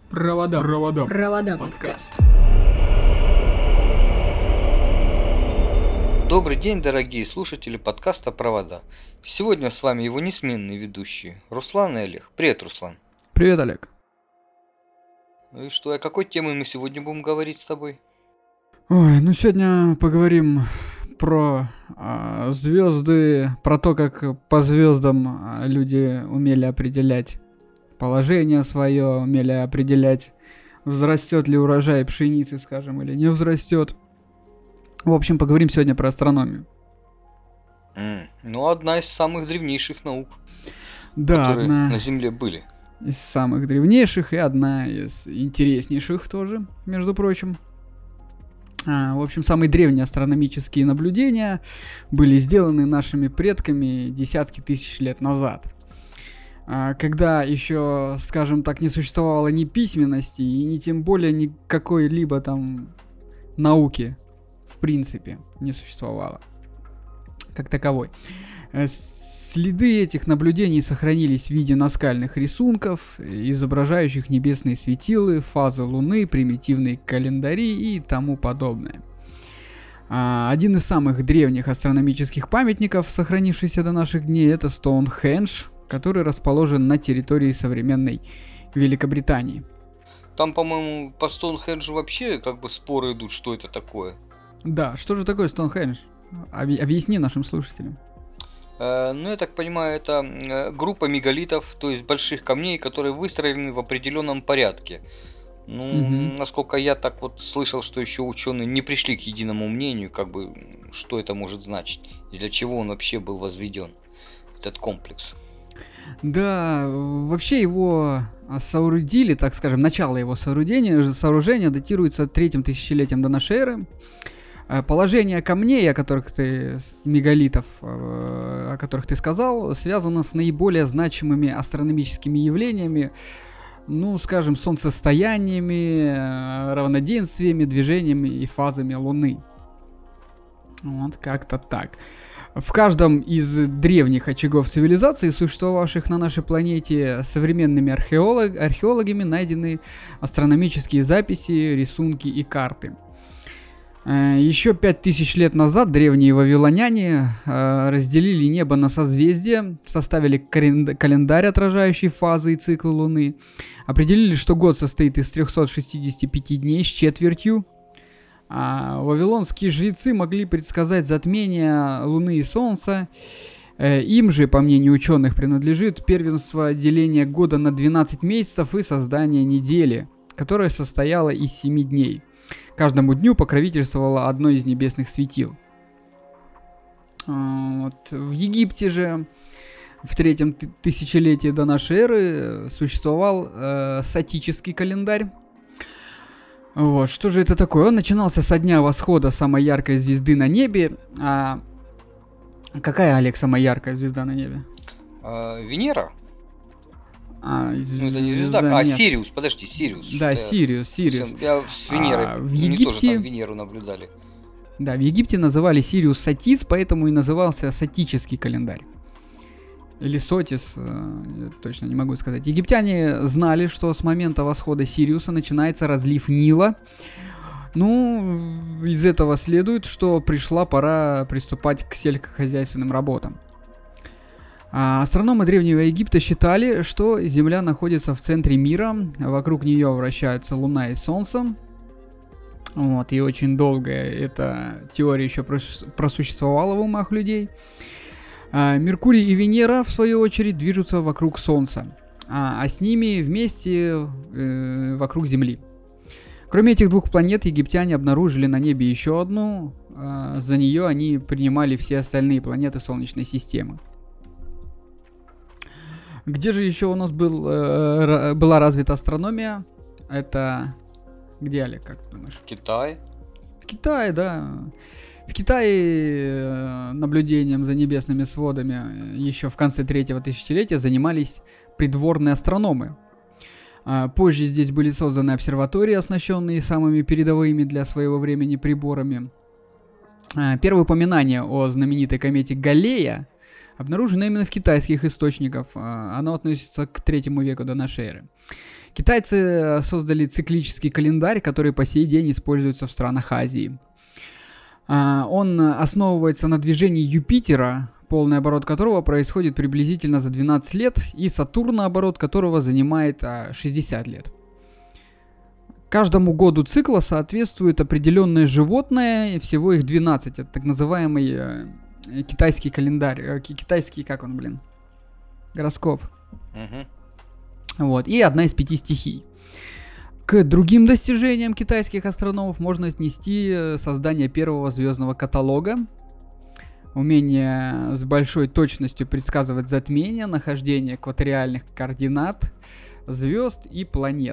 Провода подкаст. Добрый день, дорогие слушатели подкаста «Провода». Сегодня с вами его несменные ведущие Руслан и Олег. Привет, Руслан. Привет, Олег. Ну и что, о какой теме мы сегодня будем говорить с тобой? Ой, сегодня поговорим про звезды, про то, как по звездам люди умели определять положение свое, умели определять, взрастет ли урожай пшеницы, скажем, или не взрастет. В общем, поговорим сегодня про астрономию. Одна из самых древнейших наук, Да, которые одна на Земле были. из самых древнейших и одна из интереснейших тоже, между прочим. В общем, самые древние астрономические наблюдения были сделаны нашими предками десятки тысяч лет назад. Когда еще, скажем так, не существовало ни письменности, и ни тем более ни какой-либо там науки, в принципе, не существовало как таковой. Следы этих наблюдений сохранились в виде наскальных рисунков, изображающих небесные светила, фазы Луны, примитивные календари и тому подобное. Один из самых древних астрономических памятников, сохранившийся до наших дней, это Стоунхендж, который расположен на территории современной Великобритании. Там, по-моему, по Стоунхенджу вообще споры идут, что это такое. Да, что же такое Стоунхендж? Объясни нашим слушателям. Я так понимаю, это группа мегалитов, то есть больших камней, которые выстроены в определенном порядке. Насколько я так слышал, что еще ученые не пришли к единому мнению, что это может значить, и для чего он вообще был возведен, этот комплекс. Да, вообще его соорудили, так скажем, начало его сооружения датируется 3-м тысячелетием до нашей эры. Положение камней, мегалитов, о которых ты сказал, связано с наиболее значимыми астрономическими явлениями, скажем, солнцестояниями, равноденствиями, движениями и фазами Луны. Вот как-то так. В каждом из древних очагов цивилизации, существовавших на нашей планете, современными археологами найдены астрономические записи, рисунки и карты. Еще 5000 лет назад древние вавилоняне разделили небо на созвездия, составили календарь, отражающий фазы и циклы Луны, определили, что год состоит из 365 дней с четвертью. Вавилонские жрецы могли предсказать затмение Луны и Солнца. Им же, по мнению ученых, принадлежит первенство деления года на 12 месяцев и создание недели, которая состояла из 7 дней. Каждому дню покровительствовало одно из небесных светил. В Египте же в 3-м тысячелетии до нашей эры существовал сатический календарь. Что же это такое? Он начинался со дня восхода самой яркой звезды на небе. Какая, Олег, самая яркая звезда на небе? Венера? Это не звезда, Сириус, подожди, Сириус. Да, Сириус. Я с Венерой, в Египте тоже там Венеру наблюдали. Да, в Египте называли Сириус Сатис, поэтому и назывался сатический календарь. Или Сотис, я точно не могу сказать. Египтяне знали, что с момента восхода Сириуса начинается разлив Нила. Из этого следует, что пришла пора приступать к сельскохозяйственным работам. Астрономы Древнего Египта считали, что Земля находится в центре мира, вокруг нее вращаются Луна и Солнце. И очень долго эта теория еще просуществовала в умах людей. Меркурий и Венера, в свою очередь, движутся вокруг Солнца, а с ними вместе вокруг Земли. Кроме этих двух планет, египтяне обнаружили на небе еще одну. За нее они принимали все остальные планеты Солнечной системы. Где же еще у нас была развита астрономия? Это где, Олег, как ты думаешь? Китай. В Китае, да. В Китае наблюдением за небесными сводами еще в конце 3-го тысячелетия занимались придворные астрономы. Позже здесь были созданы обсерватории, оснащенные самыми передовыми для своего времени приборами. Первые упоминания о знаменитой комете Галлея обнаружено именно в китайских источниках. Оно относится к 3 веку до нашей эры. Китайцы создали циклический календарь, который по сей день используется в странах Азии. Он основывается на движении Юпитера, полный оборот которого происходит приблизительно за 12 лет, и Сатурна, оборот которого занимает 60 лет. Каждому году цикла соответствует определенное животное, и всего их 12. Это так называемый китайский календарь. Китайский, как он, блин? Гороскоп. Вот. И одна из 5 стихий. К другим достижениям китайских астрономов можно отнести создание первого звездного каталога, умение с большой точностью предсказывать затмения, нахождение экваториальных координат звезд и планет.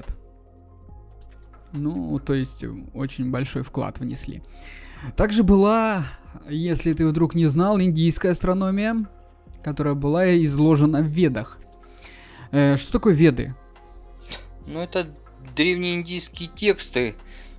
Ну, то есть, очень большой вклад внесли. Также была, если ты вдруг не знал, индийская астрономия, которая была изложена в Ведах. Что такое Веды? Ну, это древние индийские тексты,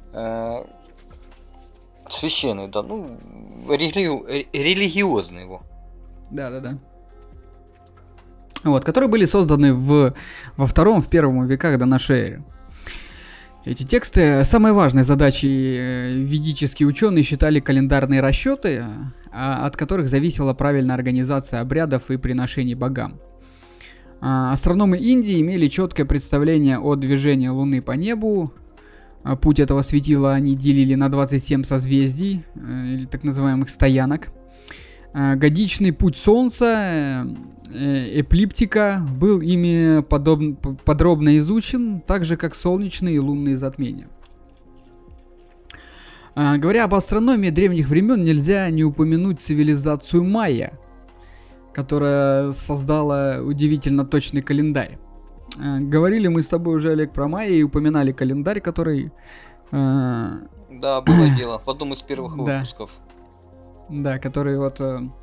священные, да, ну, религиозные его. Да. Вот, которые были созданы во втором-первом веках до нашей эры. Эти тексты самой важной задачей ведические ученые считали календарные расчеты, от которых зависела правильная организация обрядов и приношений богам. Астрономы Индии имели четкое представление о движении Луны по небу. Путь этого светила они делили на 27 созвездий, или так называемых стоянок. Годичный путь Солнца, эклиптика, был ими подробно изучен, так же как солнечные и лунные затмения. Говоря об астрономии древних времен, нельзя не упомянуть цивилизацию майя, которая создала удивительно точный календарь. Говорили мы с тобой уже, Олег, про майя и упоминали календарь, который... Да, было дело, в одном из первых выпусков. Да, который вот...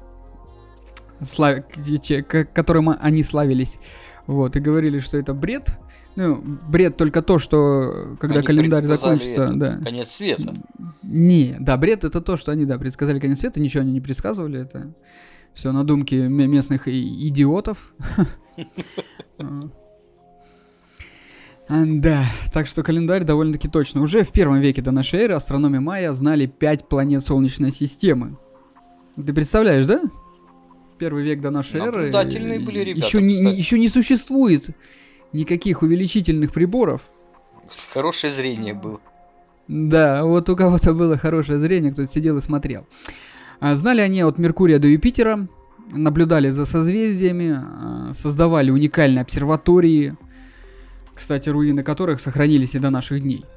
которым они славились. Вот, и говорили, что это бред. Ну, бред только то, что когда они календарь закончится... Да. Конец света. Не, да, бред это то, что они, предсказали конец света, ничего они не предсказывали, это все надумки местных идиотов. Да, так что календарь довольно-таки точно. Уже в первом веке до нашей эры астрономы майя знали 5 планет Солнечной системы. Ты представляешь, да? Первый век до нашей эры. Наблюдательные были ребята. Еще не существует никаких увеличительных приборов. Хорошее зрение было. Да, вот у кого-то было хорошее зрение, кто-то сидел и смотрел. Знали они от Меркурия до Юпитера, наблюдали за созвездиями, создавали уникальные обсерватории, кстати, руины которых сохранились и до наших дней.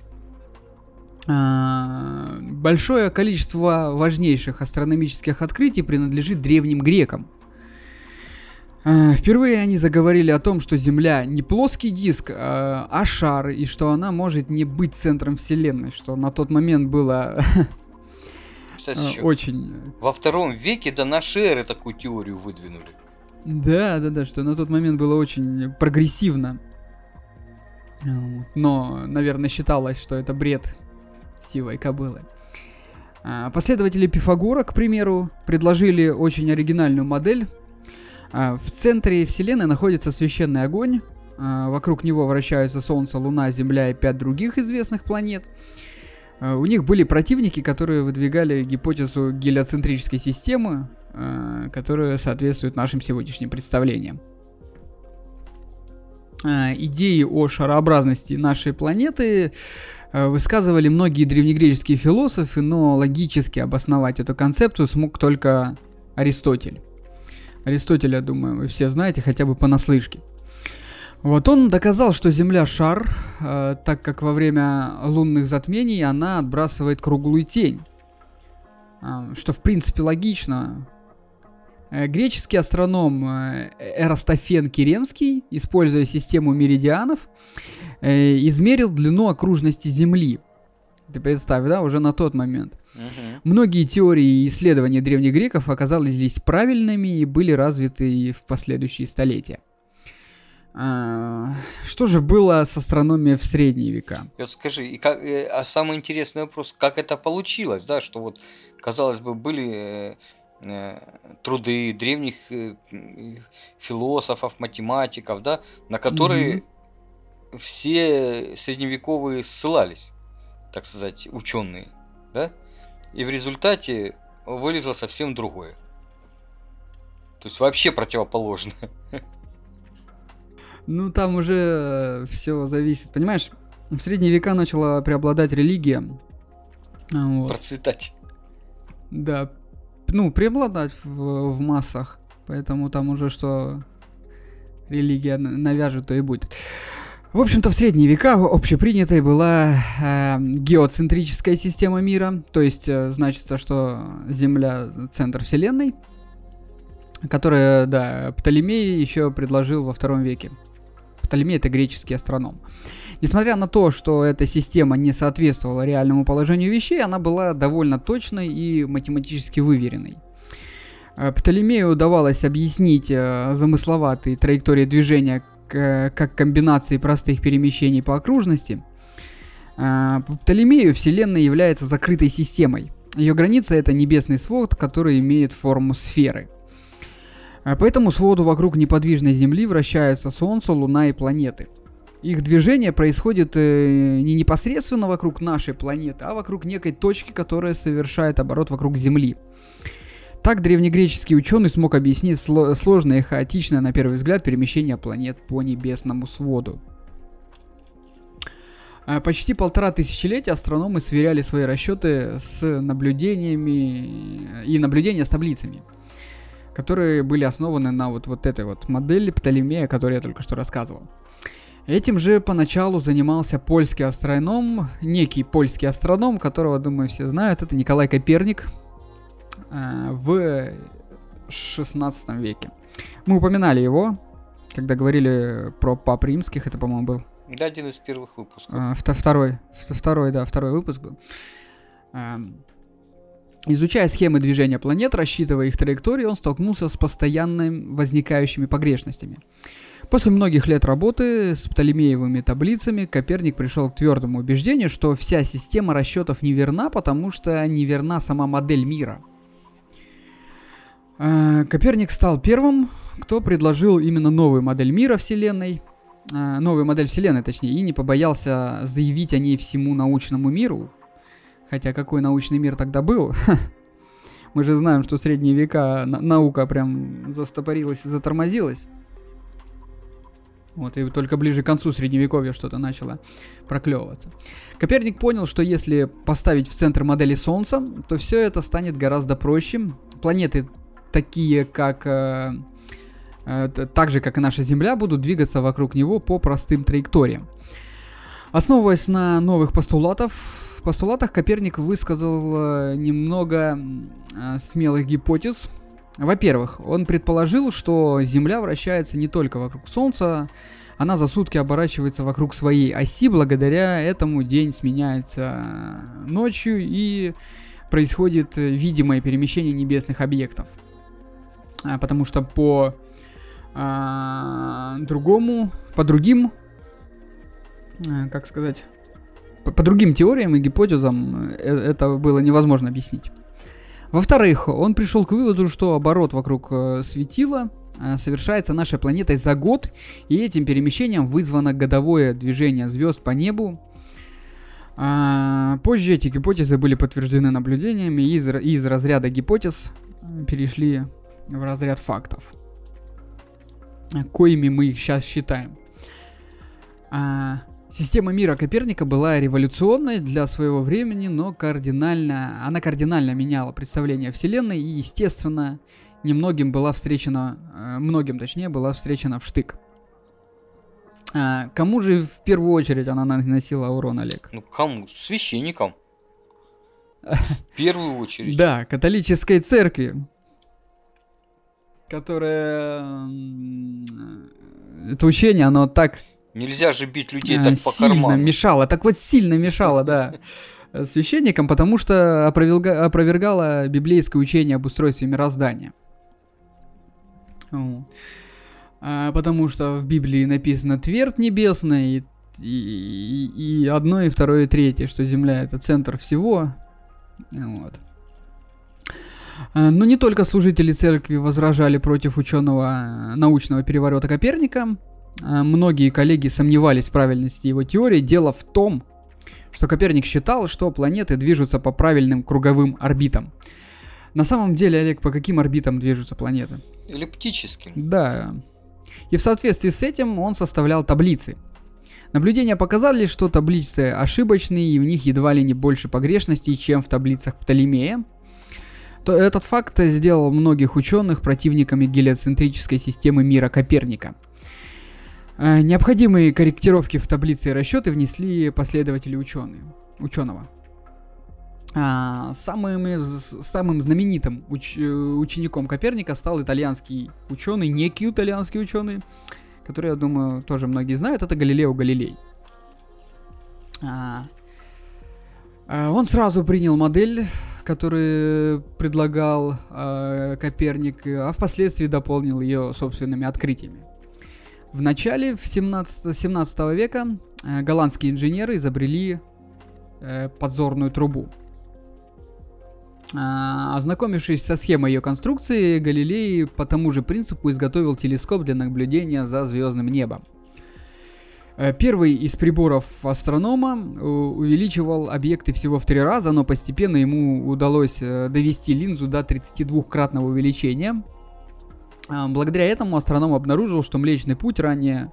Большое количество важнейших астрономических открытий принадлежит древним грекам. Впервые они заговорили о том, что Земля не плоский диск, а шар, и что она может не быть центром Вселенной, что на тот момент было очень... Во втором веке до нашей эры такую теорию выдвинули. Да, что на тот момент было очень прогрессивно. Но, наверное, считалось, что это бред сивой кобылы. Последователи Пифагора, к примеру, предложили очень оригинальную модель. В центре Вселенной находится священный огонь. Вокруг него вращаются Солнце, Луна, Земля и 5 других известных планет. У них были противники, которые выдвигали гипотезу гелиоцентрической системы, которая соответствует нашим сегодняшним представлениям. Идеи о шарообразности нашей планеты высказывали многие древнегреческие философы, но логически обосновать эту концепцию смог только Аристотель. Аристотеля, я думаю, вы все знаете хотя бы понаслышке. Вот он доказал, что Земля шар, так как во время лунных затмений она отбрасывает круглую тень. Что в принципе логично. Греческий астроном Эрастофен Киренский, используя систему меридианов, измерил длину окружности Земли. Ты представь, да, уже на тот момент. Многие теории и исследования древних греков оказались правильными и были развиты в последующие столетия. Что же было с астрономией в средние века? Вот скажи, самый интересный вопрос, как это получилось, да, что вот, казалось бы, были труды древних философов, математиков, да, на которые все средневековые ссылались, так сказать, ученые, да? И в результате вылезло совсем другое. То есть вообще противоположно. Ну, там уже все зависит. Понимаешь, в средние века начала преобладать религия. Вот. Процветать. Да. Ну, преобладать в массах. Поэтому там уже что религия навяжет, то и будет. В общем-то, в средние века общепринятой была геоцентрическая система мира. То есть, значится, что Земля — центр Вселенной. Которое, да, Птолемей еще предложил во II веке. Птолемей — это греческий астроном. Несмотря на то, что эта система не соответствовала реальному положению вещей, она была довольно точной и математически выверенной. Птолемею удавалось объяснить замысловатые траектории движения как комбинации простых перемещений по окружности. По Птолемею Вселенная является закрытой системой. Ее граница — это небесный свод, который имеет форму сферы. По этому своду вокруг неподвижной Земли вращаются Солнце, Луна и планеты. Их движение происходит не непосредственно вокруг нашей планеты, а вокруг некой точки, которая совершает оборот вокруг Земли. Так древнегреческий ученый смог объяснить сложное и хаотичное, на первый взгляд, перемещение планет по небесному своду. Почти 1500 летия астрономы сверяли свои расчеты с наблюдениями и наблюдения с таблицами, которые были основаны на вот этой вот модели Птолемея, о которой я только что рассказывал. Этим же поначалу занимался польский астроном, некий польский астроном, которого, думаю, все знают, это Николай Коперник, в 16 веке. Мы упоминали его, когда говорили про пап римских, это, по-моему, был. Да, один из первых выпусков. Второй выпуск был. Изучая схемы движения планет, рассчитывая их траектории, он столкнулся с постоянно возникающими погрешностями. После многих лет работы с Птолемеевыми таблицами Коперник пришел к твердому убеждению, что вся система расчетов неверна, потому что неверна сама модель мира. Коперник стал первым, кто предложил именно новую модель мира Вселенной, новую модель Вселенной, точнее, и не побоялся заявить о ней всему научному миру. Хотя какой научный мир тогда был? Мы же знаем, что в средние века наука прям застопорилась и затормозилась. Вот, и только ближе к концу средневековья что-то начало проклевываться. Коперник понял, что если поставить в центр модели Солнца, то все это станет гораздо проще. Планеты, такие как так же, как и наша Земля, будут двигаться вокруг него по простым траекториям. Основываясь на новых постулатах, Коперник высказал немного смелых гипотез. Во-первых, он предположил, что Земля вращается не только вокруг Солнца, она за сутки оборачивается вокруг своей оси, благодаря этому день сменяется ночью и происходит видимое перемещение небесных объектов. Потому что по другим теориям и гипотезам это было невозможно объяснить. Во-вторых, он пришел к выводу, что оборот вокруг светила совершается нашей планетой за год, и этим перемещением вызвано годовое движение звезд по небу. Позже эти гипотезы были подтверждены наблюдениями, и из разряда гипотез перешли в разряд фактов, коими мы их сейчас считаем. Система мира Коперника была революционной для своего времени, но она кардинально меняла представление о Вселенной и, естественно, многим была встречена в штык. Кому же в первую очередь она наносила урон, Олег? Ну, кому? Священникам. В первую очередь. Да, католической церкви, которая... Это учение, оно так... Нельзя же бить людей так по карману. Сильно мешало, да, священникам, потому что опровергало библейское учение об устройстве мироздания. Потому что в Библии написано твердь небесная, и одно, и второе, и третье, что Земля — это центр всего. Вот. Но не только служители церкви возражали против ученого научного переворота Коперника. многие коллеги сомневались в правильности его теории. Дело в том, что Коперник считал, что планеты движутся по правильным круговым орбитам. На самом деле, Олег, по каким орбитам движутся планеты? Эллиптическим. Да. И в соответствии с этим он составлял таблицы. Наблюдения показали, что таблицы ошибочные, и в них едва ли не больше погрешностей, чем в таблицах Птолемея. Этот факт сделал многих ученых противниками гелиоцентрической системы мира Коперника. Необходимые корректировки в таблице и расчеты внесли последователи ученого. Самым знаменитым учеником Коперника стал итальянский ученый, некий итальянский ученый, который, я думаю, тоже многие знают, это Галилео Галилей. Он сразу принял модель, которую предлагал Коперник, а впоследствии дополнил ее собственными открытиями. В начале 17 века голландские инженеры изобрели подзорную трубу. Ознакомившись со схемой ее конструкции, Галилей по тому же принципу изготовил телескоп для наблюдения за звездным небом. Первый из приборов астронома увеличивал объекты всего в 3 раза, но постепенно ему удалось довести линзу до 32-кратного увеличения. Благодаря этому астроном обнаружил, что Млечный Путь, ранее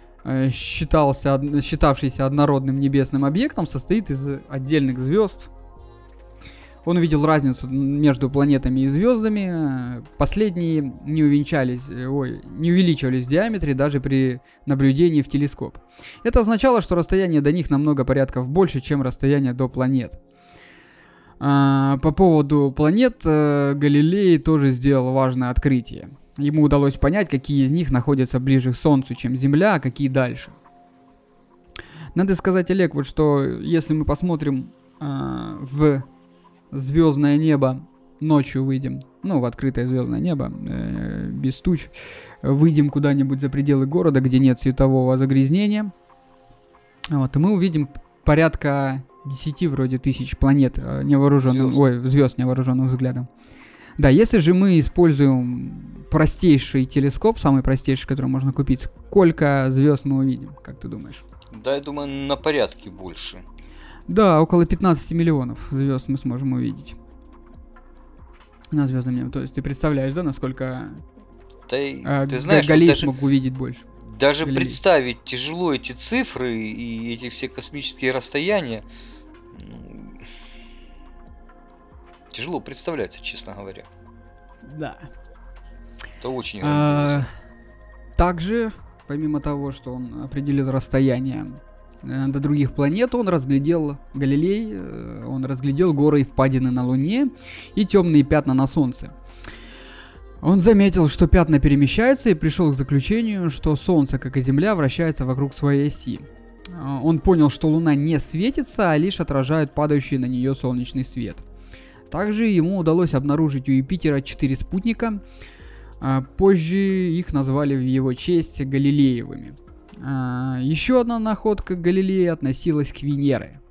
считавшийся однородным небесным объектом, состоит из отдельных звезд. Он увидел разницу между планетами и звездами. Последние не увеличивались в диаметре даже при наблюдении в телескоп. Это означало, что расстояние до них намного порядков больше, чем расстояние до планет. По поводу планет Галилей тоже сделал важное открытие. Ему удалось понять, какие из них находятся ближе к Солнцу, чем Земля, а какие дальше. Надо сказать, Олег, вот что если мы посмотрим в звездное небо, ночью выйдем, в открытое звездное небо, без туч, выйдем куда-нибудь за пределы города, где нет светового загрязнения, и мы увидим порядка 10 вроде тысяч планет звезд невооруженным взглядом. Да, если же мы используем простейший телескоп, самый простейший, который можно купить, сколько звезд мы увидим, как ты думаешь? Да, я думаю, на порядке больше. Да, около 15 миллионов звезд мы сможем увидеть на звездном небе. То есть ты представляешь, да, насколько ты знаешь, Галилей смог увидеть больше? Даже Галилей. Представить тяжело эти цифры и эти все космические расстояния. Тяжело представляется, честно говоря. Да. Это очень грандиозно. Также, помимо того, что он определил расстояние до других планет, Галилей разглядел горы и впадины на Луне и темные пятна на Солнце. Он заметил, что пятна перемещаются, и пришел к заключению, что Солнце, как и Земля, вращается вокруг своей оси. Он понял, что Луна не светится, а лишь отражает падающий на нее солнечный свет. Также ему удалось обнаружить у Юпитера 4 спутника. Позже их назвали в его честь Галилеевыми. Еще одна находка Галилея относилась к Венере.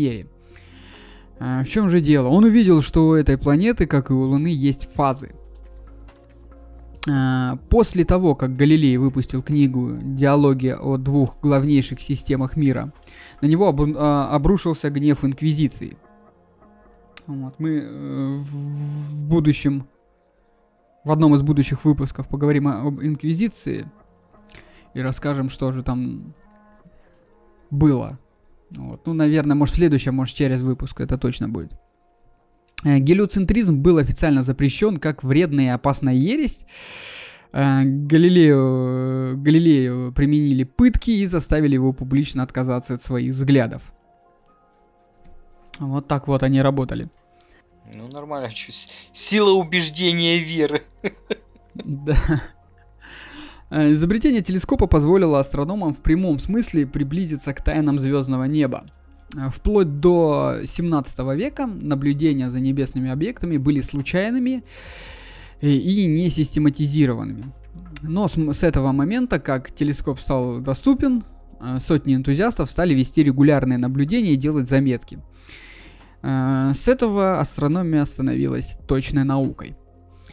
В чем же дело? Он увидел, что у этой планеты, как и у Луны, есть фазы. После того, как Галилей выпустил книгу «Диалоги о 2 главнейших системах мира», на него обрушился гнев Инквизиции. Мы в одном из будущих выпусков поговорим об Инквизиции и расскажем, что же там было. Наверное, может, следующее, может, через выпуск, это точно будет. Гелиоцентризм был официально запрещен как вредная и опасная ересь. Галилею применили пытки и заставили его публично отказаться от своих взглядов. Вот так вот они работали. Нормально. Сила убеждения веры. Да. Изобретение телескопа позволило астрономам в прямом смысле приблизиться к тайнам звездного неба. Вплоть до 17 века наблюдения за небесными объектами были случайными и не систематизированными. Но с этого момента, как телескоп стал доступен, сотни энтузиастов стали вести регулярные наблюдения и делать заметки. С этого астрономия становилась точной наукой.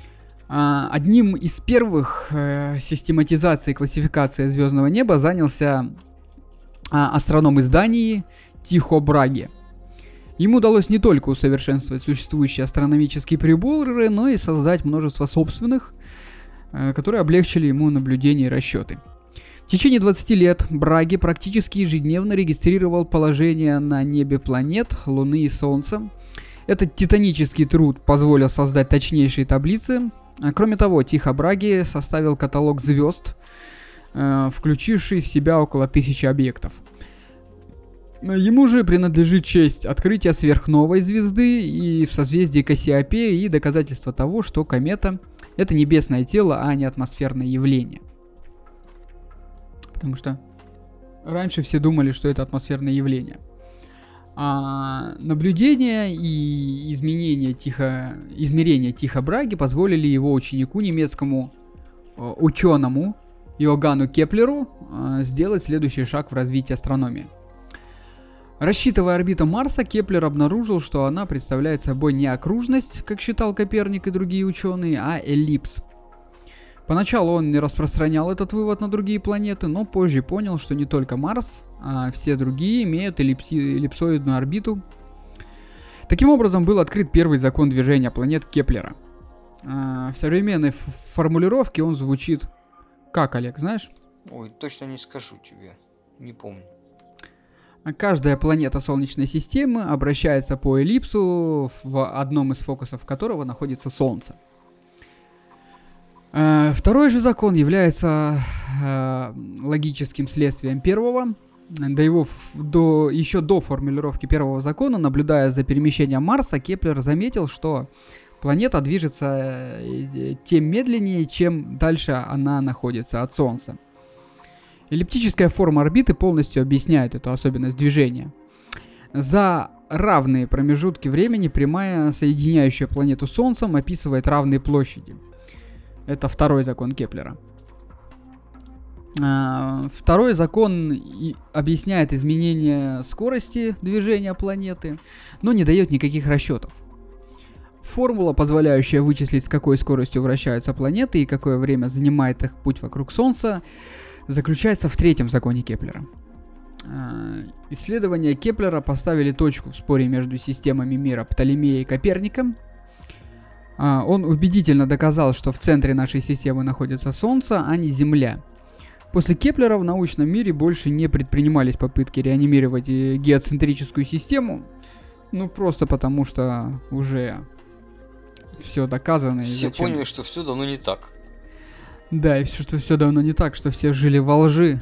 Одним из первых систематизации и классификации звездного неба занялся астроном из Дании Тихо Браге. Ему удалось не только усовершенствовать существующие астрономические приборы, но и создать множество собственных, которые облегчили ему наблюдения и расчеты. В течение 20 лет Браге практически ежедневно регистрировал положение на небе планет, Луны и Солнца. Этот титанический труд позволил создать точнейшие таблицы. Кроме того, Тихо Браге составил каталог звезд, включивший в себя около 1000 объектов. Ему же принадлежит честь открытия сверхновой звезды и в созвездии Кассиопеи и доказательство того, что комета — это небесное тело, а не атмосферное явление. Потому что раньше все думали, что это атмосферное явление. А наблюдения и измерения Тихо Браге позволили его ученику, немецкому ученому Иоганну Кеплеру, сделать следующий шаг в развитии астрономии. Рассчитывая орбиту Марса, Кеплер обнаружил, что она представляет собой не окружность, как считал Коперник и другие ученые, а эллипс. Поначалу он не распространял этот вывод на другие планеты, но позже понял, что не только Марс, а все другие имеют эллипсоидную орбиту. Таким образом, был открыт первый закон движения планет Кеплера. В современной формулировке он звучит как, Олег, знаешь? Ой, точно не скажу тебе, не помню. Каждая планета Солнечной системы обращается по эллипсу, в одном из фокусов которого находится Солнце. Второй же закон является логическим следствием первого. Еще до формулировки первого закона, наблюдая за перемещением Марса, Кеплер заметил, что планета движется тем медленнее, чем дальше она находится от Солнца. Эллиптическая форма орбиты полностью объясняет эту особенность движения. За равные промежутки времени прямая, соединяющая планету с Солнцем, описывает равные площади. Это второй закон Кеплера. Второй закон объясняет изменение скорости движения планеты, но не дает никаких расчетов. Формула, позволяющая вычислить, с какой скоростью вращаются планеты и какое время занимает их путь вокруг Солнца, заключается в третьем законе Кеплера. Исследования Кеплера поставили точку в споре между системами мира Птолемея и Коперника. Он убедительно доказал, что в центре нашей системы находится Солнце, а не Земля. После Кеплера в научном мире больше не предпринимались попытки реанимировать геоцентрическую систему, просто потому что уже все доказано. Все поняли, что все давно не так. Да, и что все давно не так, что все жили во лжи.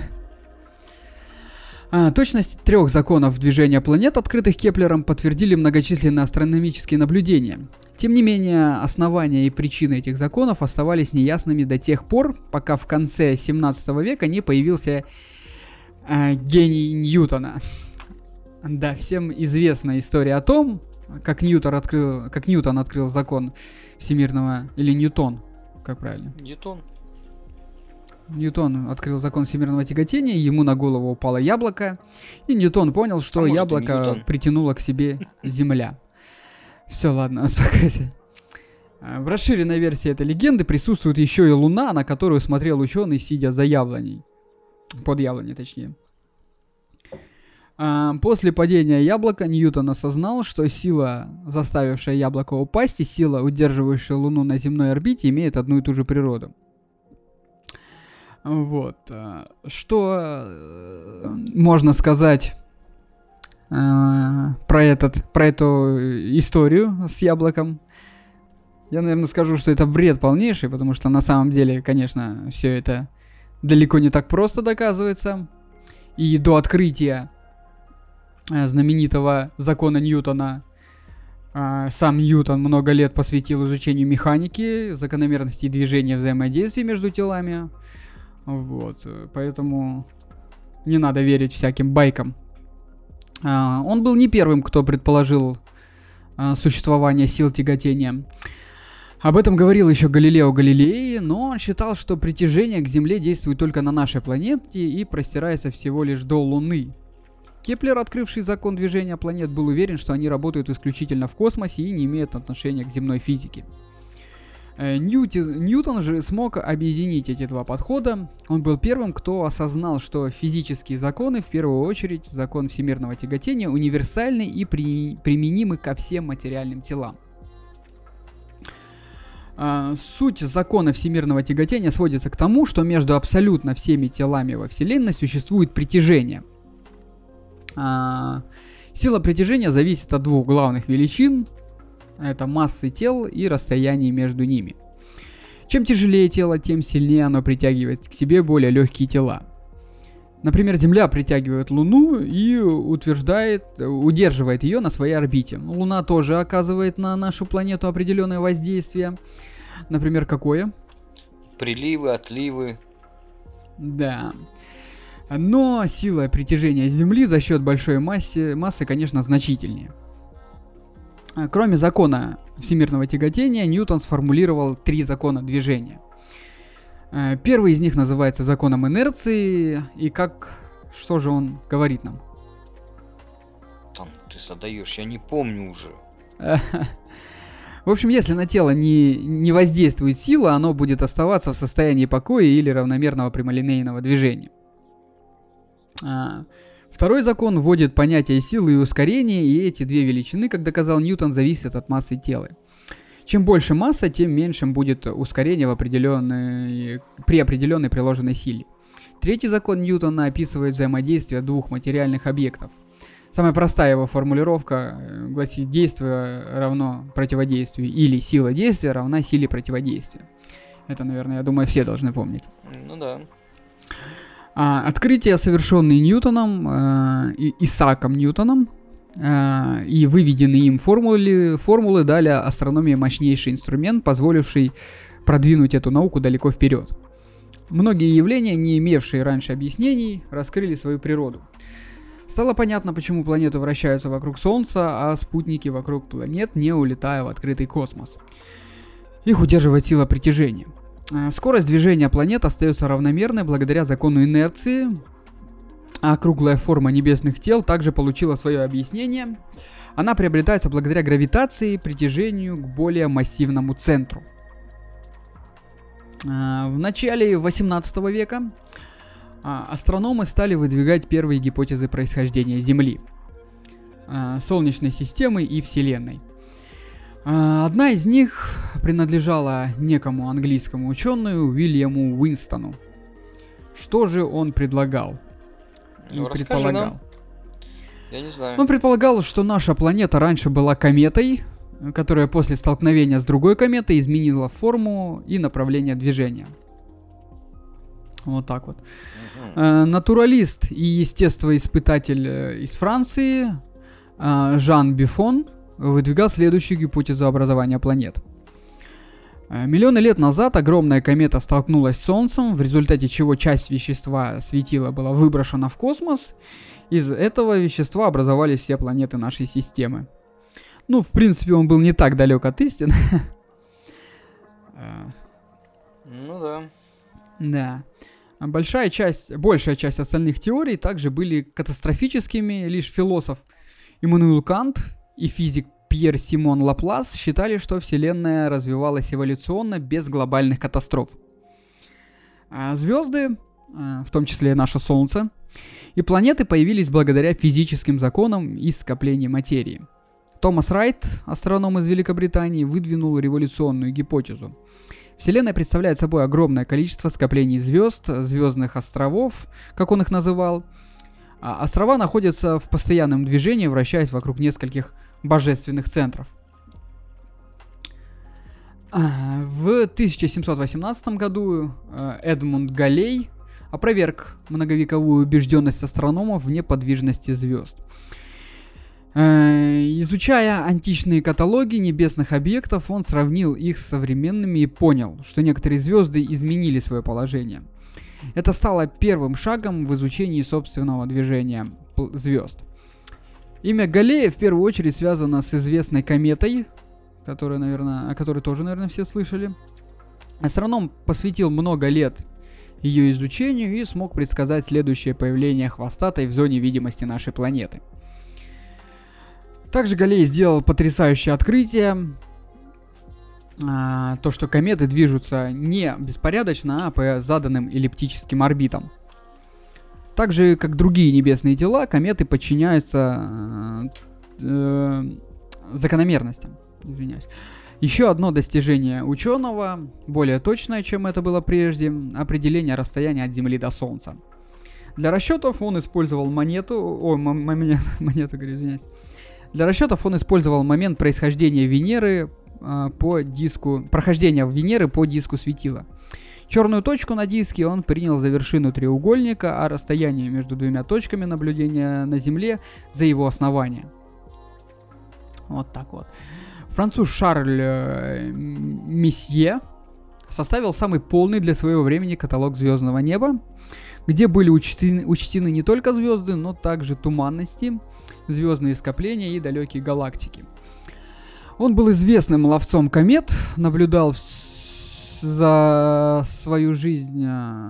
Точность 3 законов движения планет, открытых Кеплером, подтвердили многочисленные астрономические наблюдения. Тем не менее, основания и причины этих законов оставались неясными до тех пор, пока в конце 17 века не появился гений Ньютона. Да, всем известна история о том, как Ньютон открыл закон всемирного... Или Ньютон, как правильно? Ньютон открыл закон всемирного тяготения, ему на голову упало яблоко, и Ньютон понял, что яблоко притянуло к себе Земля. Все, ладно, успокойся. В расширенной версии этой легенды присутствует еще и Луна, на которую смотрел ученый, сидя за яблоней. Под яблоней, точнее. После падения яблока Ньютон осознал, что сила, заставившая яблоко упасть, и сила, удерживающая Луну на земной орбите, имеют одну и ту же природу. Вот. Что можно сказать про эту историю с яблоком? Я, наверное, скажу, что это бред полнейший, потому что на самом деле, конечно, все это далеко не так просто доказывается. И до открытия знаменитого закона Ньютона сам Ньютон много лет посвятил изучению механики, закономерностей движения, взаимодействия между телами. Вот, поэтому не надо верить всяким байкам. Он был не первым, кто предположил существование сил тяготения. Об этом говорил еще Галилео Галилей, но он считал, что притяжение к Земле действует только на нашей планете и простирается всего лишь до Луны. Кеплер, открывший закон движения планет, был уверен, что они работают исключительно в космосе и не имеют отношения к земной физике. Ньютон же смог объединить эти два подхода. Он был первым, кто осознал, что физические законы, в первую очередь закон всемирного тяготения, универсальны и применимы ко всем материальным телам. Суть закона всемирного тяготения сводится к тому, что между абсолютно всеми телами во Вселенной существует притяжение. Сила притяжения зависит от двух главных величин. Это массы тел и расстояние между ними. Чем тяжелее тело, тем сильнее оно притягивает к себе более легкие тела. Например, Земля притягивает Луну и удерживает ее на своей орбите. Луна тоже оказывает на нашу планету определенное воздействие. Например, какое? Приливы, отливы. Да. Но сила притяжения Земли за счет большой массы, конечно, значительнее. Кроме закона всемирного тяготения, Ньютон сформулировал 3 закона движения. Первый из них называется законом инерции, и что же он говорит нам? Там ты задаешь, я не помню уже. В общем, если на тело не воздействует сила, оно будет оставаться в состоянии покоя или равномерного прямолинейного движения. Второй закон вводит понятие силы и ускорения, и эти две величины, как доказал Ньютон, зависят от массы тела. Чем больше масса, тем меньшим будет ускорение при определенной приложенной силе. Третий закон Ньютона описывает взаимодействие двух материальных объектов. Самая простая его формулировка гласит: действие равно противодействию, или сила действия равна силе противодействия. Это, наверное, я думаю, все должны помнить. Ну да. Открытия, совершенные Ньютоном, Исааком Ньютоном, и выведенные им формулы дали астрономии мощнейший инструмент, позволивший продвинуть эту науку далеко вперед. Многие явления, не имевшие раньше объяснений, раскрыли свою природу. Стало понятно, почему планеты вращаются вокруг Солнца, а спутники вокруг планет, не улетая в открытый космос. Их удерживает сила притяжения. Скорость движения планет остается равномерной благодаря закону инерции, а круглая форма небесных тел также получила свое объяснение. Она приобретается благодаря гравитации и притяжению к более массивному центру. В начале 18 века астрономы стали выдвигать первые гипотезы происхождения Земли, Солнечной системы и Вселенной. Одна из них принадлежала некому английскому ученому Уильяму Уинстону. Что же он предлагал? Расскажи нам. Я не знаю. Он предполагал, что наша планета раньше была кометой, которая после столкновения с другой кометой изменила форму и направление движения. Вот так вот. Натуралист и естествоиспытатель из Франции Жан Бифон выдвигал следующую гипотезу образования планет. Миллионы лет назад огромная комета столкнулась с Солнцем, в результате чего часть вещества светила была выброшена в космос. Из этого вещества образовались все планеты нашей системы. Ну, в принципе, он был не так далек от истины. Ну да. Да. Большая часть остальных теорий также были катастрофическими. Лишь философ Иммануил Кант и физик Пьер Симон Лаплас считали, что Вселенная развивалась эволюционно без глобальных катастроф. Звезды, в том числе наше Солнце, и планеты появились благодаря физическим законам и скоплению материи. Томас Райт, астроном из Великобритании, выдвинул революционную гипотезу. Вселенная представляет собой огромное количество скоплений звезд, звездных островов, как он их называл. Острова находятся в постоянном движении, вращаясь вокруг нескольких божественных центров. В 1718 году Эдмунд Галлей опроверг многовековую убежденность астрономов в неподвижности звезд. Изучая античные каталоги небесных объектов, он сравнил их с современными и понял, что некоторые звезды изменили свое положение. Это стало первым шагом в изучении собственного движения звезд. Имя Галлея в первую очередь связано с известной кометой, о которой тоже, наверное, все слышали. Астроном посвятил много лет ее изучению и смог предсказать следующее появление хвостатой в зоне видимости нашей планеты. Также Галлей сделал потрясающее открытие. то, что кометы движутся не беспорядочно, а по заданным эллиптическим орбитам. Так же, как другие небесные тела, кометы подчиняются закономерностям. Извиняюсь. Еще одно достижение ученого, более точное, чем это было прежде, определение расстояния от Земли до Солнца. Для расчетов он использовал Для расчетов он использовал момент происхождения Венеры прохождения Венеры по диску светила. Черную точку на диске он принял за вершину треугольника, а расстояние между двумя точками наблюдения на Земле за его основание. Вот так вот. Француз Шарль Месье составил самый полный для своего времени каталог звездного неба, где были учтены не только звезды, но также туманности, звездные скопления и далекие галактики. Он был известным ловцом комет, наблюдал за свою жизнь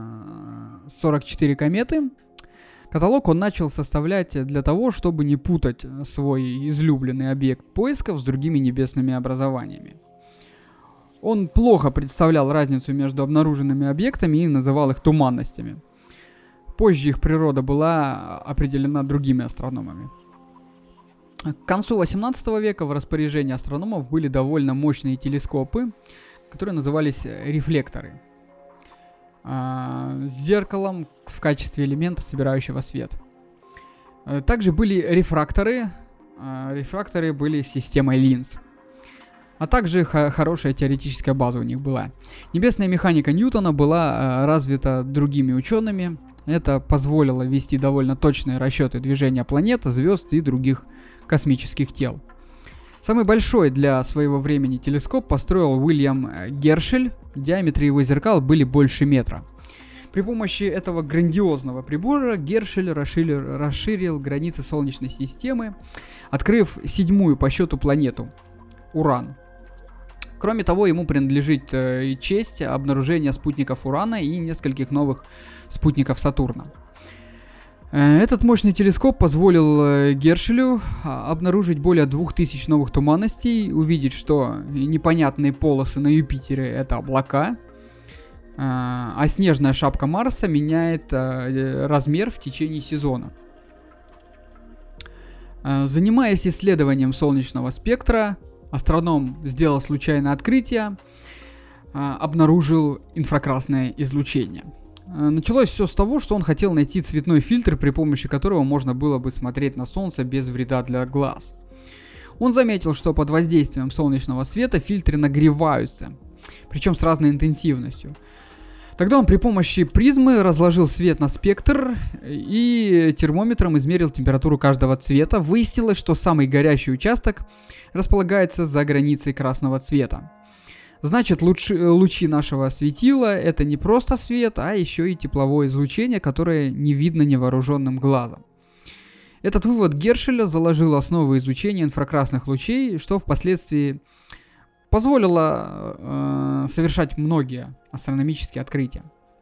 44 кометы. Каталог он начал составлять для того, чтобы не путать свой излюбленный объект поисков с другими небесными образованиями. Он плохо представлял разницу между обнаруженными объектами и называл их туманностями. Позже их природа была определена другими астрономами. К концу 18 века в распоряжении астрономов были довольно мощные телескопы, которые назывались рефлекторы, с зеркалом в качестве элемента, собирающего свет. Также были рефракторы. Рефракторы были системой линз. А также хорошая теоретическая база у них была. Небесная механика Ньютона была развита другими учеными. Это позволило вести довольно точные расчеты движения планет, звезд и других космических тел. Самый большой для своего времени телескоп построил Уильям Гершель. Диаметры его зеркал были больше метра. При помощи этого грандиозного прибора Гершель расширил границы Солнечной системы, открыв 7-ю по счету планету – Уран. Кроме того, ему принадлежит честь обнаружения спутников Урана и нескольких новых спутников Сатурна. Этот мощный телескоп позволил Гершелю обнаружить более 2000 новых туманностей, увидеть, что непонятные полосы на Юпитере — это облака, а снежная шапка Марса меняет размер в течение сезона. Занимаясь исследованием солнечного спектра, астроном сделал случайное открытие, обнаружил инфракрасное излучение. Началось все с того, что он хотел найти цветной фильтр, при помощи которого можно было бы смотреть на Солнце без вреда для глаз. Он заметил, что под воздействием солнечного света фильтры нагреваются, причем с разной интенсивностью. Тогда он при помощи призмы разложил свет на спектр и термометром измерил температуру каждого цвета. Выяснилось, что самый горячий участок располагается за границей красного цвета. Значит, лучи нашего светила — это не просто свет, а еще и тепловое излучение, которое не видно невооруженным глазом. Этот вывод Гершеля заложил основу изучения инфракрасных лучей, что впоследствии позволило совершать многие астрономические открытия.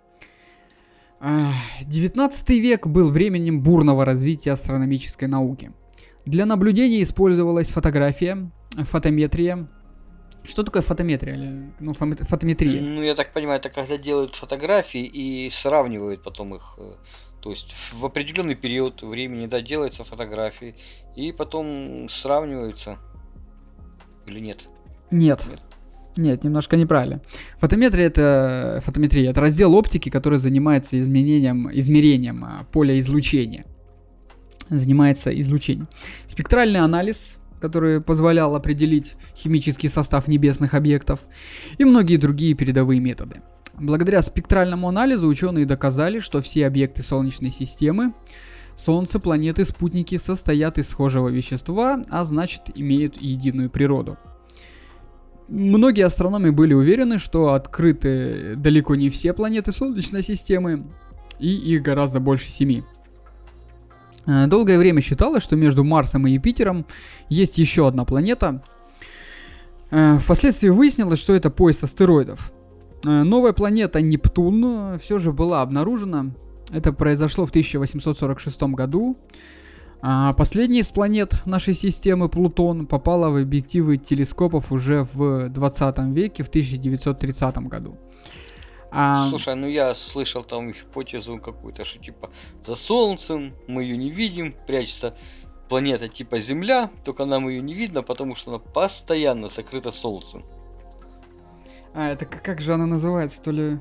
19 век был временем бурного развития астрономической науки. Для наблюдения использовалась фотография, фотометрия. Что такое фотометрия? Фотометрия. Я так понимаю, это когда делают фотографии и сравнивают потом их. То есть в определенный период времени, делаются фотографии и потом сравниваются. Или нет? Нет, немножко неправильно. Фотометрия это раздел оптики, который занимается измерением поля излучения. Занимается излучением. Спектральный анализ, который позволял определить химический состав небесных объектов, и многие другие передовые методы. Благодаря спектральному анализу ученые доказали, что все объекты Солнечной системы, Солнце, планеты, спутники состоят из схожего вещества, а значит имеют единую природу. Многие астрономы были уверены, что открыты далеко не все планеты Солнечной системы, и их гораздо больше 7. Долгое время считалось, что между Марсом и Юпитером есть еще одна планета. Впоследствии выяснилось, что это пояс астероидов. Новая планета Нептун все же была обнаружена. Это произошло в 1846 году. А последняя из планет нашей системы, Плутон, попала в объективы телескопов уже в 20 веке, в 1930 году. Слушай, ну я слышал там гипотезу какую-то, что типа за Солнцем мы ее не видим, прячется планета типа Земля, только нам ее не видно, потому что она постоянно закрыта Солнцем. Это как же она называется, то ли...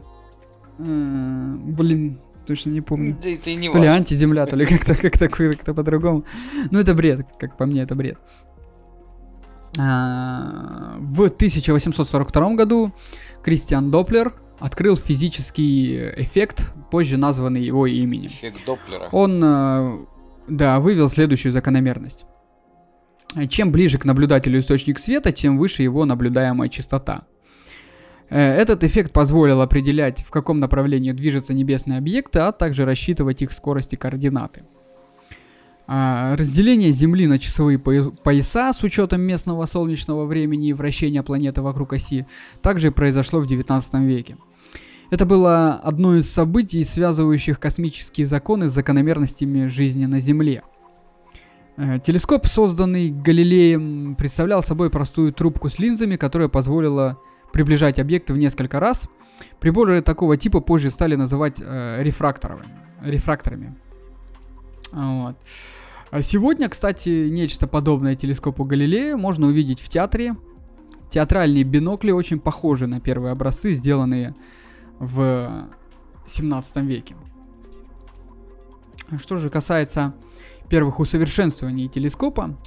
Блин, точно не помню. Да это и не то ли важно. антиземля, то ли как-то по-другому. Ну это бред, как по мне, это бред. В 1842 году Кристиан Доплер открыл физический эффект, позже названный его именем. Эффект Доплера. Он, вывел следующую закономерность. Чем ближе к наблюдателю источник света, тем выше его наблюдаемая частота. Этот эффект позволил определять, в каком направлении движутся небесные объекты, а также рассчитывать их скорость и координаты. Разделение Земли на часовые пояса с учетом местного солнечного времени и вращения планеты вокруг оси также произошло в 19 веке. Это было одно из событий, связывающих космические законы с закономерностями жизни на Земле. Телескоп, созданный Галилеем, представлял собой простую трубку с линзами, которая позволила приближать объекты в несколько раз. Приборы такого типа позже стали называть рефракторами. Вот. Сегодня, кстати, нечто подобное телескопу Галилея можно увидеть в театре. Театральные бинокли очень похожи на первые образцы, сделанные в 17 веке. Что же касается первых усовершенствований телескопа,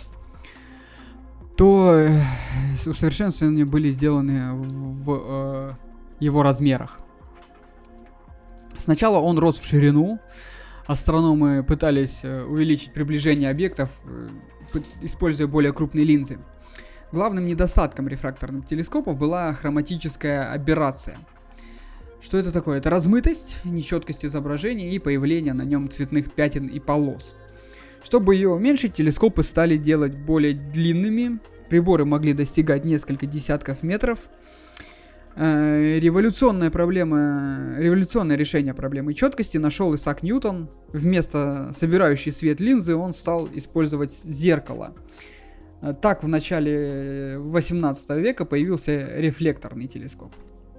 то усовершенствования были сделаны в его размерах. Сначала он рос в ширину. Астрономы пытались увеличить приближение объектов, используя более крупные линзы. Главным недостатком рефракторных телескопов была хроматическая аберрация. Что это такое? Это размытость, нечеткость изображения и появление на нем цветных пятен и полос. Чтобы ее уменьшить, телескопы стали делать более длинными, приборы могли достигать несколько десятков метров. Революционное решение проблемы четкости нашел Исаак Ньютон. Вместо собирающей свет линзы он стал использовать зеркало. Так в начале 18 века появился рефлекторный телескоп,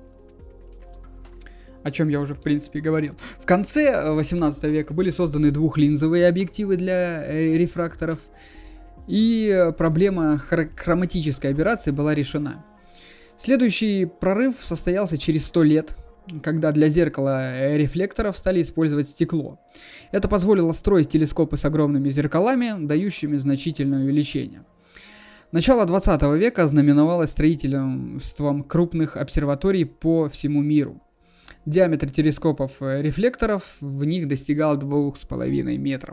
о чем я уже в принципе говорил. В конце 18 века были созданы двухлинзовые объективы для рефракторов, и проблема хроматической аберрации была решена. Следующий прорыв состоялся через 100 лет, когда для зеркала рефлекторов стали использовать стекло. Это позволило строить телескопы с огромными зеркалами, дающими значительное увеличение. Начало 20 века знаменовалось строительством крупных обсерваторий по всему миру. Диаметр телескопов-рефлекторов в них достигал 2,5 метров.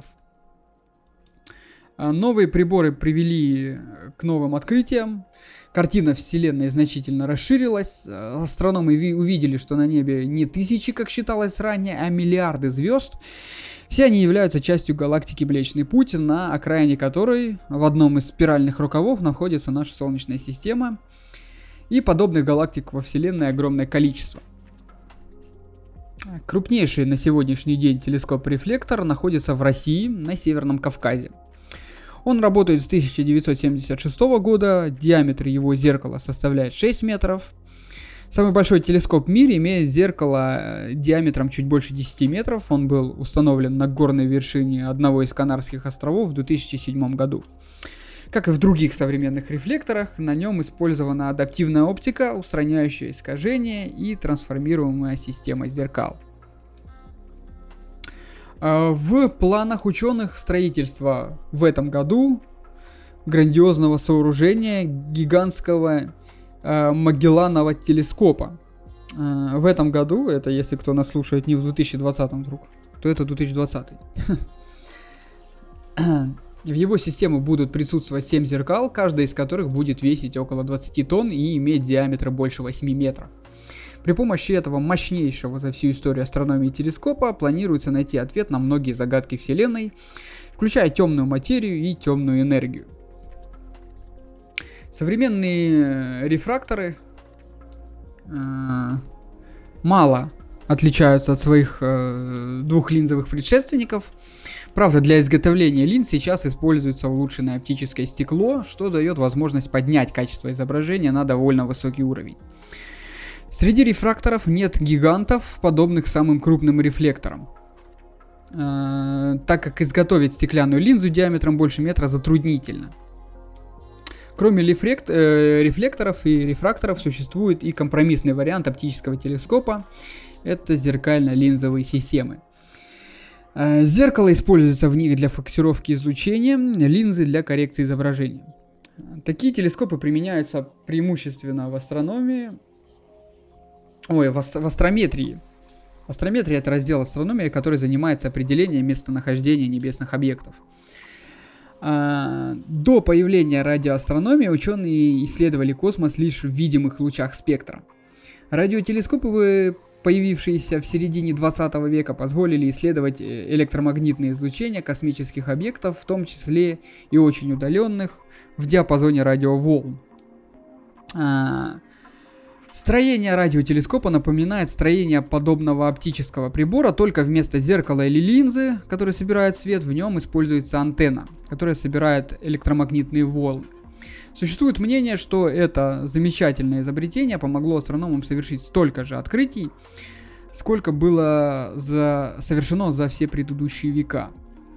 Новые приборы привели к новым открытиям. Картина Вселенной значительно расширилась. Астрономы увидели, что на небе не тысячи, как считалось ранее, а миллиарды звезд. Все они являются частью галактики Млечный Путь, на окраине которой в одном из спиральных рукавов находится наша Солнечная система. И подобных галактик во Вселенной огромное количество. Крупнейший на сегодняшний день телескоп-рефлектор находится в России, на Северном Кавказе. Он работает с 1976 года, диаметр его зеркала составляет 6 метров. Самый большой телескоп в мире имеет зеркало диаметром чуть больше 10 метров. Он был установлен на горной вершине одного из Канарских островов в 2007 году. Как и в других современных рефлекторах, на нем использована адаптивная оптика, устраняющая искажения и трансформируемая система зеркал. В планах ученых строительства в этом году грандиозного сооружения гигантского Магелланового телескопа. В этом году, это если кто нас слушает не в 2020 вдруг, то это 2020. В его систему будут присутствовать 7 зеркал, каждая из которых будет весить около 20 тонн и иметь диаметр больше 8 метров. При помощи этого мощнейшего за всю историю астрономии телескопа планируется найти ответ на многие загадки Вселенной, включая темную материю и темную энергию. Современные рефракторы мало отличаются от своих двухлинзовых предшественников. Правда, для изготовления линз сейчас используется улучшенное оптическое стекло, что дает возможность поднять качество изображения на довольно высокий уровень. Среди рефракторов нет гигантов, подобных самым крупным рефлекторам, так как изготовить стеклянную линзу диаметром больше метра затруднительно. Кроме рефлекторов и рефракторов существует и компромиссный вариант оптического телескопа. Это зеркально-линзовые системы. Зеркало используется в них для фокусировки излучения, линзы для коррекции изображения. Такие телескопы применяются преимущественно в астрономии, в астрометрии. Астрометрия — это раздел астрономии, который занимается определением местонахождения небесных объектов. До появления радиоастрономии ученые исследовали космос лишь в видимых лучах спектра. Радиотелескопы, появившиеся в середине 20 века, позволили исследовать электромагнитное излучение космических объектов, в том числе и очень удаленных, в диапазоне радиоволн. Строение радиотелескопа напоминает строение подобного оптического прибора, только вместо зеркала или линзы, которая собирает свет, в нем используется антенна, которая собирает электромагнитные волны. Существует мнение, что это замечательное изобретение помогло астрономам совершить столько же открытий, сколько было совершено за все предыдущие века.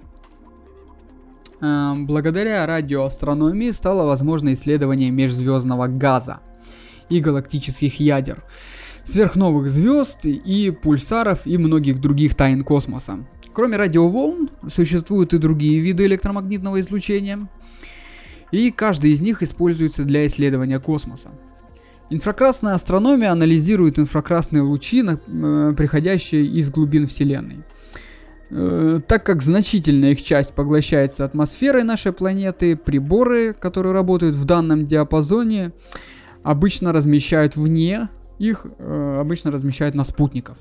Благодаря радиоастрономии стало возможно исследование межзвездного газа и галактических ядер, сверхновых звезд и пульсаров и многих других тайн космоса. Кроме радиоволн, существуют и другие виды электромагнитного излучения, и каждый из них используется для исследования космоса. Инфракрасная астрономия анализирует инфракрасные лучи, приходящие из глубин Вселенной. Так как значительная их часть поглощается атмосферой нашей планеты, приборы, которые работают в данном диапазоне, обычно размещают вне их, обычно размещают на спутниках.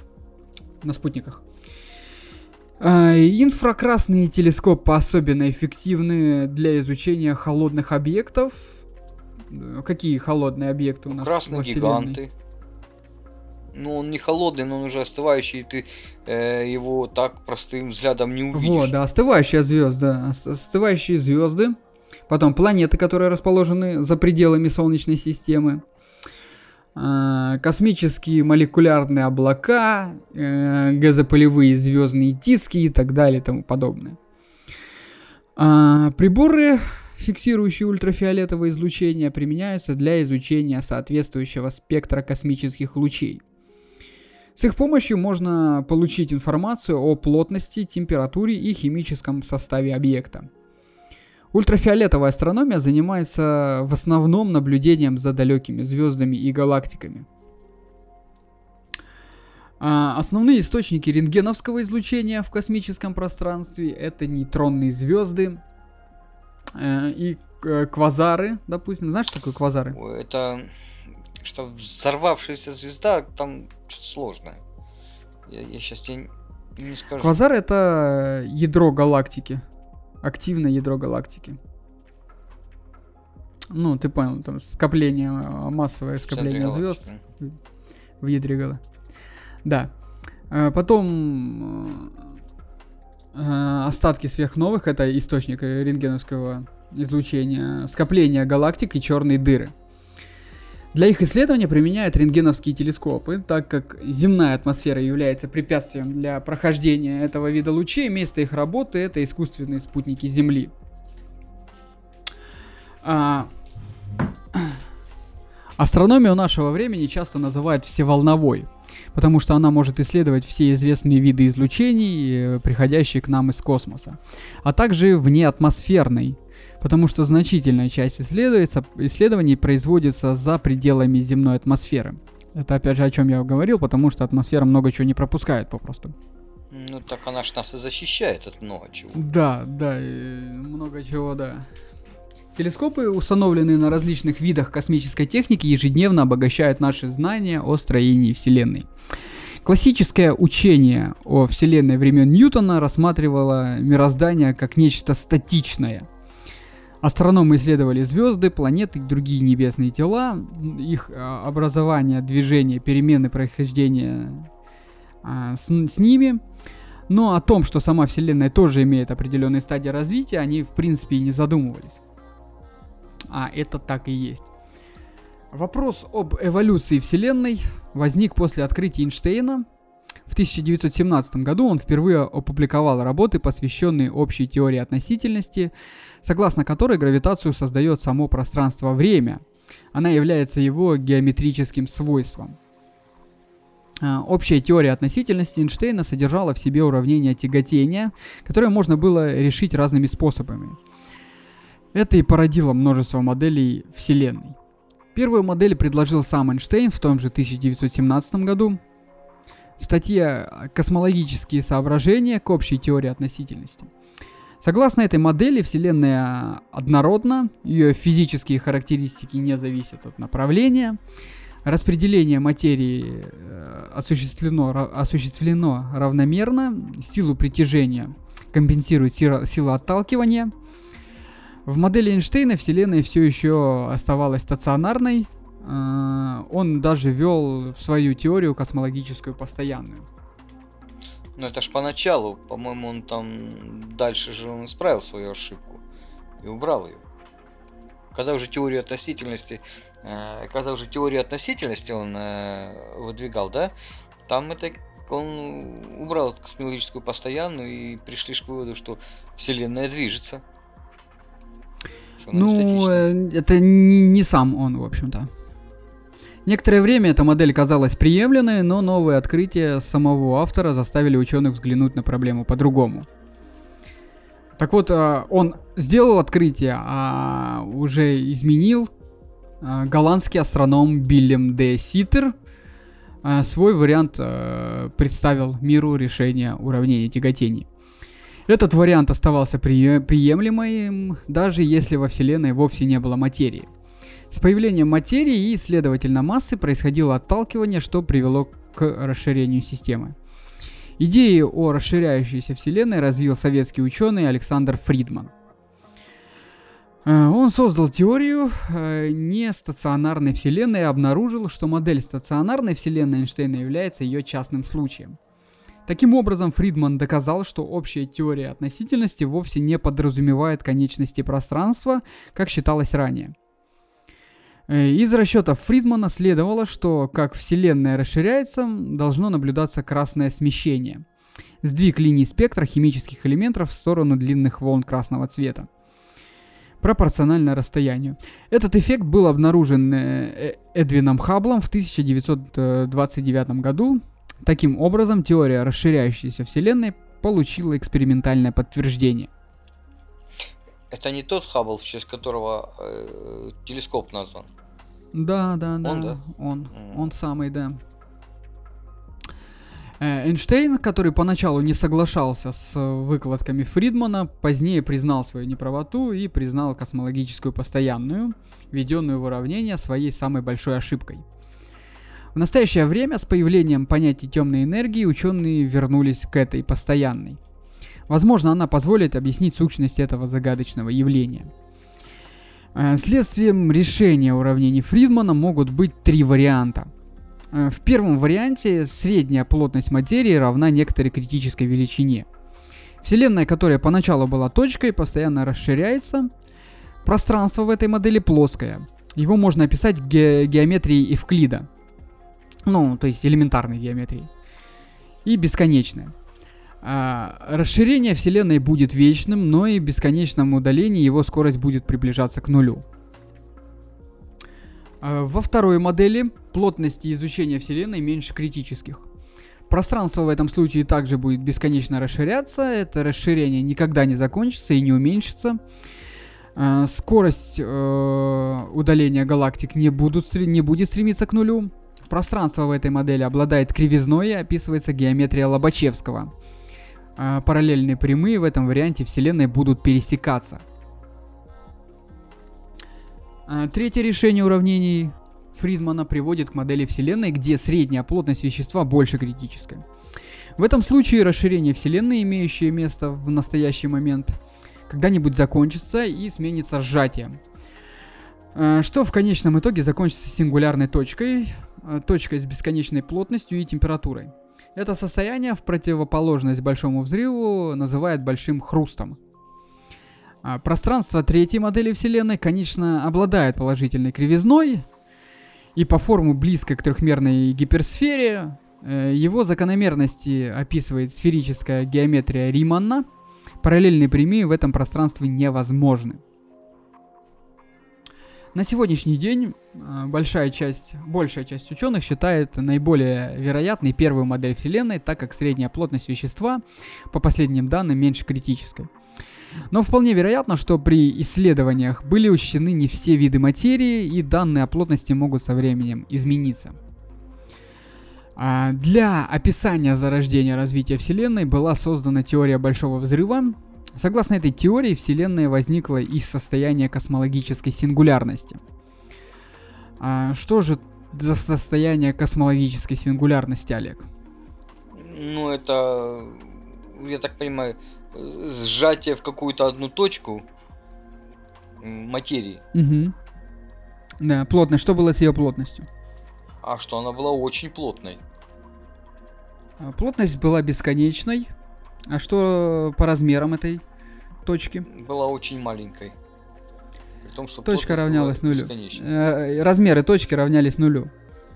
Инфракрасные телескопы особенно эффективны для изучения холодных объектов. Какие холодные объекты у нас? Красные гиганты. Ну, он не холодный, но он уже остывающий, и ты его так простым взглядом не увидишь. Вот, да, остывающие звезды. Потом планеты, которые расположены за пределами Солнечной системы. Космические молекулярные облака, газопылевые звездные диски и так далее и тому подобное. Приборы, фиксирующие ультрафиолетовое излучение, применяются для изучения соответствующего спектра космических лучей. С их помощью можно получить информацию о плотности, температуре и химическом составе объекта. Ультрафиолетовая астрономия занимается в основном наблюдением за далекими звездами и галактиками. Основные источники рентгеновского излучения в космическом пространстве — это нейтронные звезды и квазары, допустим. Знаешь, что такое квазары? Это что взорвавшаяся звезда, там что-то сложное. Я сейчас тебе не скажу. Квазары — это ядро галактики. Активное ядро галактики. Ну, ты понял, там скопление, массовое скопление звезд в ядре галактики. Да. Потом остатки сверхновых — это источник рентгеновского излучения, скопления галактик и черные дыры. Для их исследования применяют рентгеновские телескопы, так как земная атмосфера является препятствием для прохождения этого вида лучей. Место их работы — это искусственные спутники Земли. Астрономию нашего времени часто называют всеволновой, потому что она может исследовать все известные виды излучений, приходящие к нам из космоса, а также внеатмосферной, потому что значительная часть исследований производится за пределами земной атмосферы. Это опять же о чем я говорил, потому что атмосфера много чего не пропускает попросту. Ну так она ж нас и защищает от много чего. Да, много чего, да. Телескопы, установленные на различных видах космической техники, ежедневно обогащают наши знания о строении Вселенной. Классическое учение о Вселенной времен Ньютона рассматривало мироздание как нечто статичное. Астрономы исследовали звезды, планеты и другие небесные тела, их образование, движение, перемены происхождения с ними. Но о том, что сама Вселенная тоже имеет определенные стадии развития, они в принципе и не задумывались. А это так и есть. Вопрос об эволюции Вселенной возник после открытия Эйнштейна. В 1917 году он впервые опубликовал работы, посвященные общей теории относительности, согласно которой гравитацию создает само пространство-время. Она является его геометрическим свойством. Общая теория относительности Эйнштейна содержала в себе уравнение тяготения, которое можно было решить разными способами. Это и породило множество моделей Вселенной. Первую модель предложил сам Эйнштейн в том же 1917 году в статье «Космологические соображения к общей теории относительности». Согласно этой модели, Вселенная однородна, ее физические характеристики не зависят от направления, распределение материи осуществлено равномерно, силу притяжения компенсирует сила отталкивания. В модели Эйнштейна Вселенная все еще оставалась стационарной, он даже ввел в свою теорию космологическую постоянную. Ну это ж поначалу, по-моему, он там дальше же он исправил свою ошибку и убрал ее. Когда уже теорию относительности он выдвигал, да, там это он убрал космологическую постоянную и пришли к выводу, что Вселенная движется. Ну, это не сам он, в общем-то. Некоторое время эта модель казалась приемлемой, но новые открытия самого автора заставили ученых взглянуть на проблему по-другому. Так вот, он сделал открытие, а уже изменил голландский астроном Вильям де Ситер. Свой вариант представил миру решения уравнения тяготений. Этот вариант оставался приемлемым, даже если во Вселенной вовсе не было материи. С появлением материи и, следовательно, массы происходило отталкивание, что привело к расширению системы. Идею о расширяющейся Вселенной развил советский ученый Александр Фридман. Он создал теорию нестационарной Вселенной и обнаружил, что модель стационарной Вселенной Эйнштейна является ее частным случаем. Таким образом, Фридман доказал, что общая теория относительности вовсе не подразумевает конечности пространства, как считалось ранее. Из расчетов Фридмана следовало, что как Вселенная расширяется, должно наблюдаться красное смещение. Сдвиг линий спектра химических элементов в сторону длинных волн красного цвета, пропорционально расстоянию. Этот эффект был обнаружен Эдвином Хабблом в 1929 году. Таким образом, теория расширяющейся Вселенной получила экспериментальное подтверждение. Это не тот Хаббл, в честь которого телескоп назван? Да. Он самый, да. Эйнштейн, который поначалу не соглашался с выкладками Фридмана, позднее признал свою неправоту и признал космологическую постоянную, введенную в уравнение, своей самой большой ошибкой. В настоящее время с появлением понятия темной энергии ученые вернулись к этой постоянной. Возможно, она позволит объяснить сущность этого загадочного явления. Следствием решения уравнений Фридмана могут быть три варианта. В первом варианте средняя плотность материи равна некоторой критической величине. Вселенная, которая поначалу была точкой, постоянно расширяется. Пространство в этой модели плоское. Его можно описать геометрией Эвклида. Ну, то есть элементарной геометрией. И бесконечное. Расширение Вселенной будет вечным, но и в бесконечном удалении его скорость будет приближаться к нулю. Во второй модели плотности изучения Вселенной меньше критических. Пространство в этом случае также будет бесконечно расширяться, это расширение никогда не закончится и не уменьшится. Скорость удаления галактик не будет стремиться к нулю. Пространство в этой модели обладает кривизной и описывается геометрия Лобачевского. Параллельные прямые в этом варианте Вселенной будут пересекаться. Третье решение уравнений Фридмана приводит к модели Вселенной, где средняя плотность вещества больше критической. В этом случае расширение Вселенной, имеющее место в настоящий момент, когда-нибудь закончится и сменится сжатием, что в конечном итоге закончится сингулярной точкой с бесконечной плотностью и температурой. Это состояние в противоположность Большому взрыву называют Большим хрустом. Пространство третьей модели Вселенной, конечно, обладает положительной кривизной и по форме близко к трехмерной гиперсфере. Его закономерности описывает сферическая геометрия Риманна. Параллельные прямые в этом пространстве невозможны. На сегодняшний день большая часть ученых считает наиболее вероятной первую модель Вселенной, так как средняя плотность вещества, по последним данным, меньше критической. Но вполне вероятно, что при исследованиях были учтены не все виды материи, и данные о плотности могут со временем измениться. Для описания зарождения развития Вселенной была создана теория Большого взрыва. Согласно этой теории, Вселенная возникла из состояния космологической сингулярности. Что же за состояние космологической сингулярности, Олег? Ну, это, я так понимаю, сжатие в какую-то одну точку материи. Угу. Да, плотность. Что было с ее плотностью? А что она была очень плотной. Плотность была бесконечной. А что по размерам этой точки? Была очень маленькой. При том, что точка равнялась нулю. Размеры точки равнялись нулю.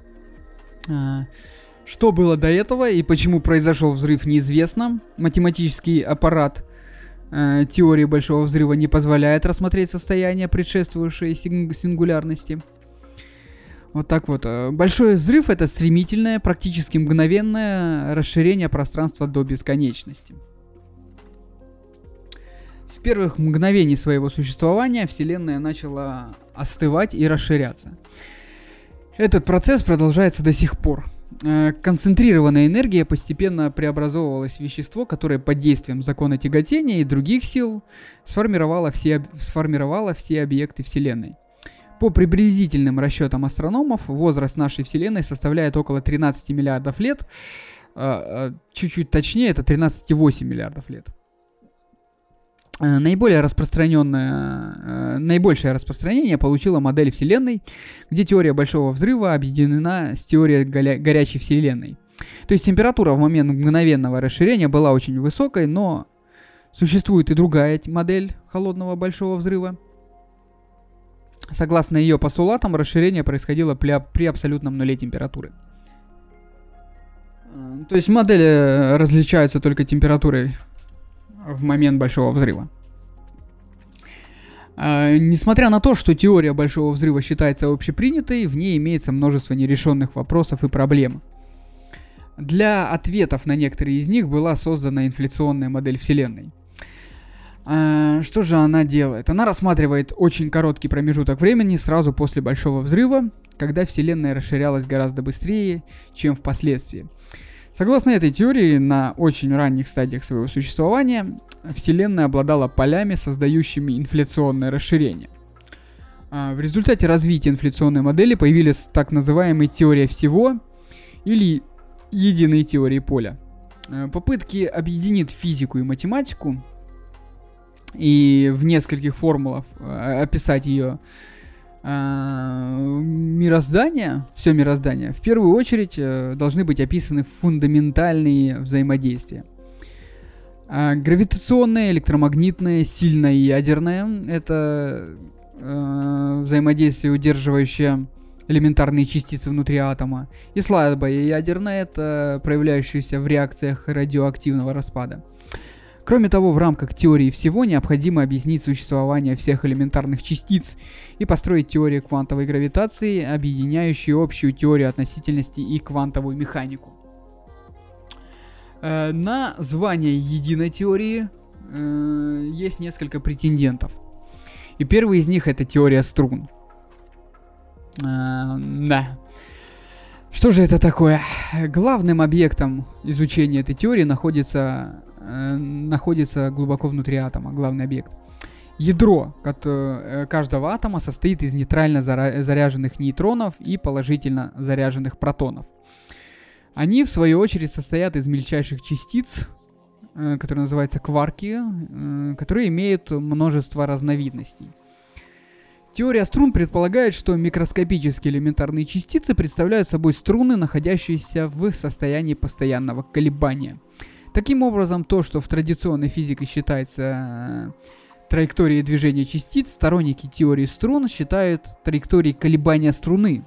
Что было до этого и почему произошел взрыв, неизвестно. Математический аппарат теории Большого взрыва не позволяет рассмотреть состояние, предшествующее сингулярности. Вот так вот. Большой взрыв — это стремительное, практически мгновенное расширение пространства до бесконечности. С первых мгновений своего существования Вселенная начала остывать и расширяться. Этот процесс продолжается до сих пор. Концентрированная энергия постепенно преобразовывалась в вещество, которое под действием закона тяготения и других сил сформировало все объекты Вселенной. По приблизительным расчетам астрономов, возраст нашей Вселенной составляет около 13 миллиардов лет. Чуть-чуть точнее, это 13,8 миллиардов лет. Наибольшее распространение получила модель Вселенной, где теория Большого взрыва объединена с теорией горячей Вселенной. То есть температура в момент мгновенного расширения была очень высокой, но существует и другая модель холодного Большого взрыва. Согласно ее постулатам, расширение происходило при абсолютном нуле температуры. То есть модели различаются только температурой в момент Большого взрыва. Несмотря на то, что теория Большого взрыва считается общепринятой, в ней имеется множество нерешенных вопросов и проблем. Для ответов на некоторые из них была создана инфляционная модель Вселенной. Что же она делает? Она рассматривает очень короткий промежуток времени сразу после Большого взрыва, когда Вселенная расширялась гораздо быстрее, чем впоследствии. Согласно этой теории, на очень ранних стадиях своего существования Вселенная обладала полями, создающими инфляционное расширение. В результате развития инфляционной модели появились так называемые теория всего или единые теории поля. Попытки объединить физику и математику и в нескольких формулах описать ее мироздание, все мироздание, в первую очередь должны быть описаны фундаментальные взаимодействия. Гравитационное, электромагнитное, сильное и ядерное — это взаимодействие, удерживающее элементарные частицы внутри атома. И слабое ядерное — это проявляющееся в реакциях радиоактивного распада. Кроме того, в рамках теории всего необходимо объяснить существование всех элементарных частиц и построить теорию квантовой гравитации, объединяющую общую теорию относительности и квантовую механику. На звание единой теории есть несколько претендентов. И первый из них — это теория струн. Да. Что же это такое? Главным объектом изучения этой теории находится глубоко внутри атома, главный объект. Ядро каждого атома состоит из нейтрально заряженных нейтронов и положительно заряженных протонов. Они, в свою очередь, состоят из мельчайших частиц, которые называются кварки, которые имеют множество разновидностей. Теория струн предполагает, что микроскопические элементарные частицы представляют собой струны, находящиеся в состоянии постоянного колебания. Таким образом, то, что в традиционной физике считается траекторией движения частиц, сторонники теории струн считают траекторией колебания струны.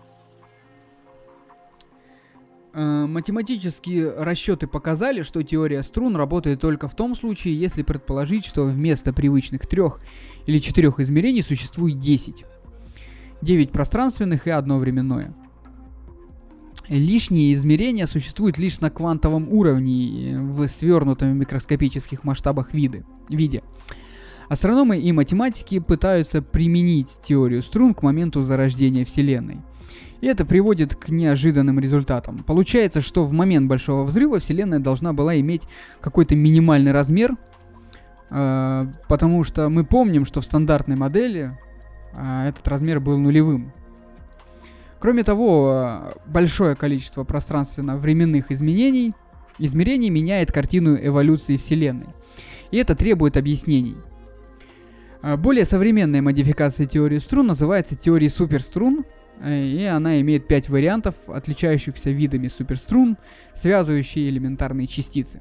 Математические расчеты показали, что теория струн работает только в том случае, если предположить, что вместо привычных 3 или 4 измерений существует 10. 9 пространственных и 1 временное. Лишние измерения существуют лишь на квантовом уровне в свернутом в микроскопических масштабах виде. Астрономы и математики пытаются применить теорию струн к моменту зарождения Вселенной. И это приводит к неожиданным результатам. Получается, что в момент Большого Взрыва Вселенная должна была иметь какой-то минимальный размер, потому что мы помним, что в стандартной модели этот размер был нулевым. Кроме того, большое количество пространственно-временных измерений меняет картину эволюции Вселенной. И это требует объяснений. Более современная модификация теории струн называется теорией суперструн, и она имеет 5 вариантов, отличающихся видами суперструн, связывающие элементарные частицы.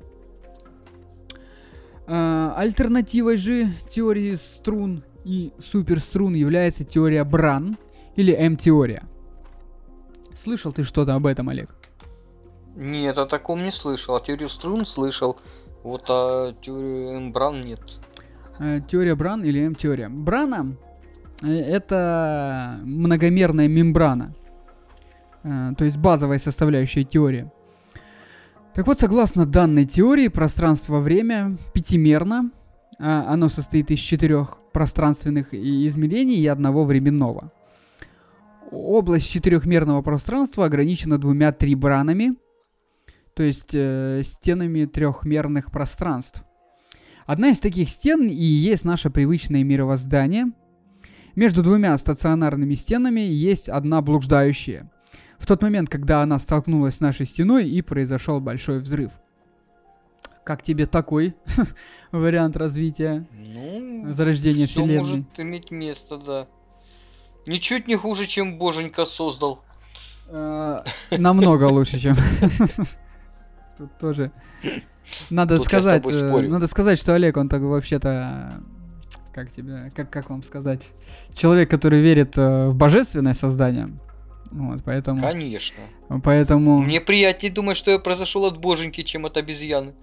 Альтернативой же теории струн и суперструн является теория Бран или М-теория. Слышал ты что-то об этом, Олег? Нет, о таком не слышал. А теорию струн слышал. Вот а теорию М-Бран нет. Теория Бран или М-теория. Брана — это многомерная мембрана, то есть базовая составляющая теории. Так вот, согласно данной теории, пространство-время пятимерно. Оно состоит из 4 пространственных измерений и 1 временного. Область четырехмерного пространства ограничена 2 трибранами, то есть стенами трехмерных пространств. Одна из таких стен и есть наше привычное мировоздание. Между 2 стационарными стенами есть одна блуждающая. В тот момент, когда она столкнулась с нашей стеной, и произошел большой взрыв. Как тебе такой вариант развития зарождения Вселенной? Может иметь место, да. Ничуть не хуже, чем Боженька создал. Намного лучше, чем... Тут тоже... Надо сказать, что Олег, он так вообще-то... Как вам сказать? Человек, который верит в божественное создание. Вот, поэтому... Конечно. Поэтому... Мне приятнее думать, что я произошел от Боженьки, чем от обезьяны.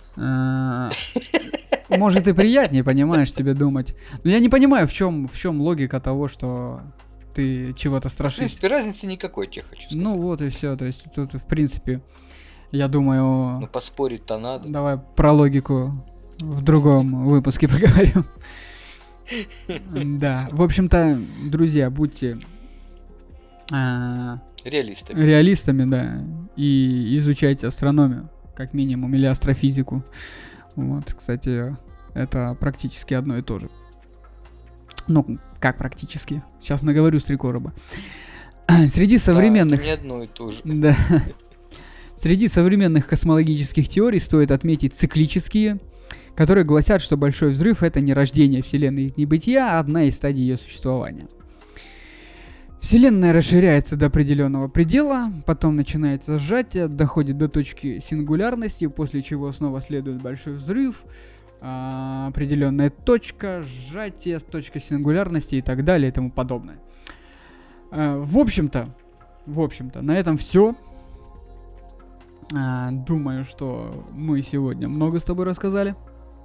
Может и приятнее, понимаешь, тебе думать. Но я не понимаю, в чем логика того, что ты чего-то страшишься. В принципе, разницы никакой, я хочу сказать. Ну вот и все. То есть тут, в принципе, я думаю... Ну поспорить-то надо. Давай про логику в другом выпуске поговорим. Да, в общем-то, друзья, будьте... Реалистами, да. И изучайте астрономию, как минимум, или астрофизику. Вот, кстати, это практически одно и то же. Ну, как практически? Сейчас наговорю с 3 короба. Среди современных... Да, не одно и то же. Да. Среди современных космологических теорий стоит отметить циклические, которые гласят, что Большой Взрыв — это не рождение Вселенной из небытия, а одна из стадий ее существования. Вселенная расширяется до определенного предела, потом начинается сжатие, доходит до точки сингулярности, после чего снова следует Большой Взрыв, определенная точка, сжатие, точка сингулярности и так далее и тому подобное. В общем-то, на этом все. Думаю, что мы сегодня много с тобой рассказали.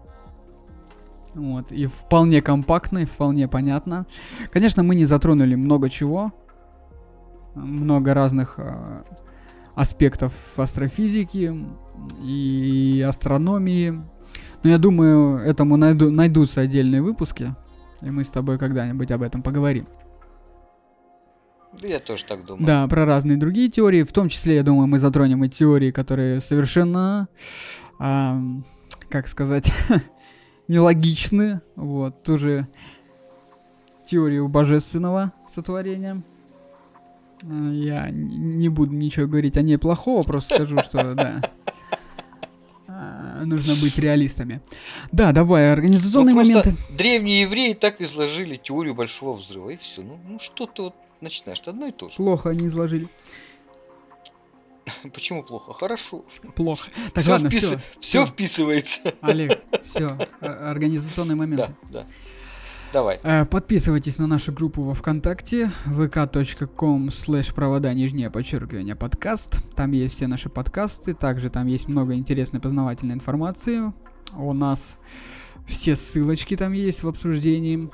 Вот, и вполне компактно, и вполне понятно. Конечно, мы не затронули много чего. Много разных аспектов астрофизики и астрономии. Но я думаю, этому найдутся отдельные выпуски. И мы с тобой когда-нибудь об этом поговорим. Да, я тоже так думаю. Да, про разные другие теории. В том числе, я думаю, мы затронем и теории, которые совершенно, как сказать... нелогичны, вот, тоже теорию божественного сотворения. Я не буду ничего говорить о ней плохого, просто скажу, что, да. Нужно быть реалистами. Да, давай, организационные моменты. Древние евреи так изложили теорию Большого Взрыва, и все. Ну что ты вот начинаешь, одно и то же. Плохо они изложили. Почему плохо? Хорошо. Плохо. Так, ладно, все. Все вписывается. Олег, все. Организационные моменты. Да. Давай. Подписывайтесь на нашу группу во ВКонтакте vk.com/провода_подкаст. Там есть все наши подкасты. Также там есть много интересной познавательной информации. У нас все ссылочки там есть в обсуждении.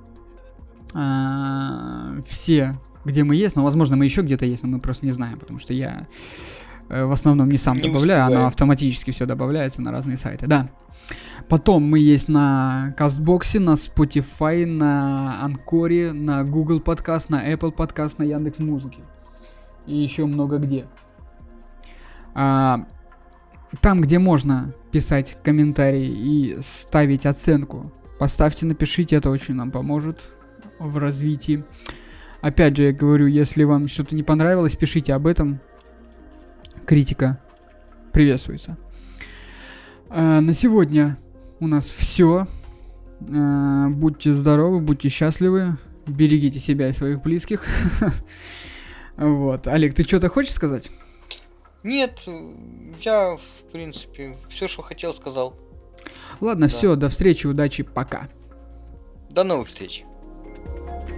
Все, где мы есть. Но, возможно, мы еще где-то есть, но мы просто не знаем. Потому что я в основном не сам добавляю. Оно автоматически все добавляется на разные сайты. Да. Потом мы есть на Кастбоксе, на Spotify, на Анкоре, на Google Подкаст, на Apple Подкаст, на Яндекс.Музыке. И еще много где. Там, где можно писать комментарии и ставить оценку, поставьте, напишите, это очень нам поможет в развитии. Опять же, я говорю, если вам что-то не понравилось, пишите об этом. Критика приветствуется. На сегодня у нас все. Будьте здоровы, будьте счастливы, берегите себя и своих близких. Вот. Олег, ты что-то хочешь сказать? Нет, я, в принципе, все, что хотел, сказал. Ладно, все, до встречи, удачи, пока. До новых встреч.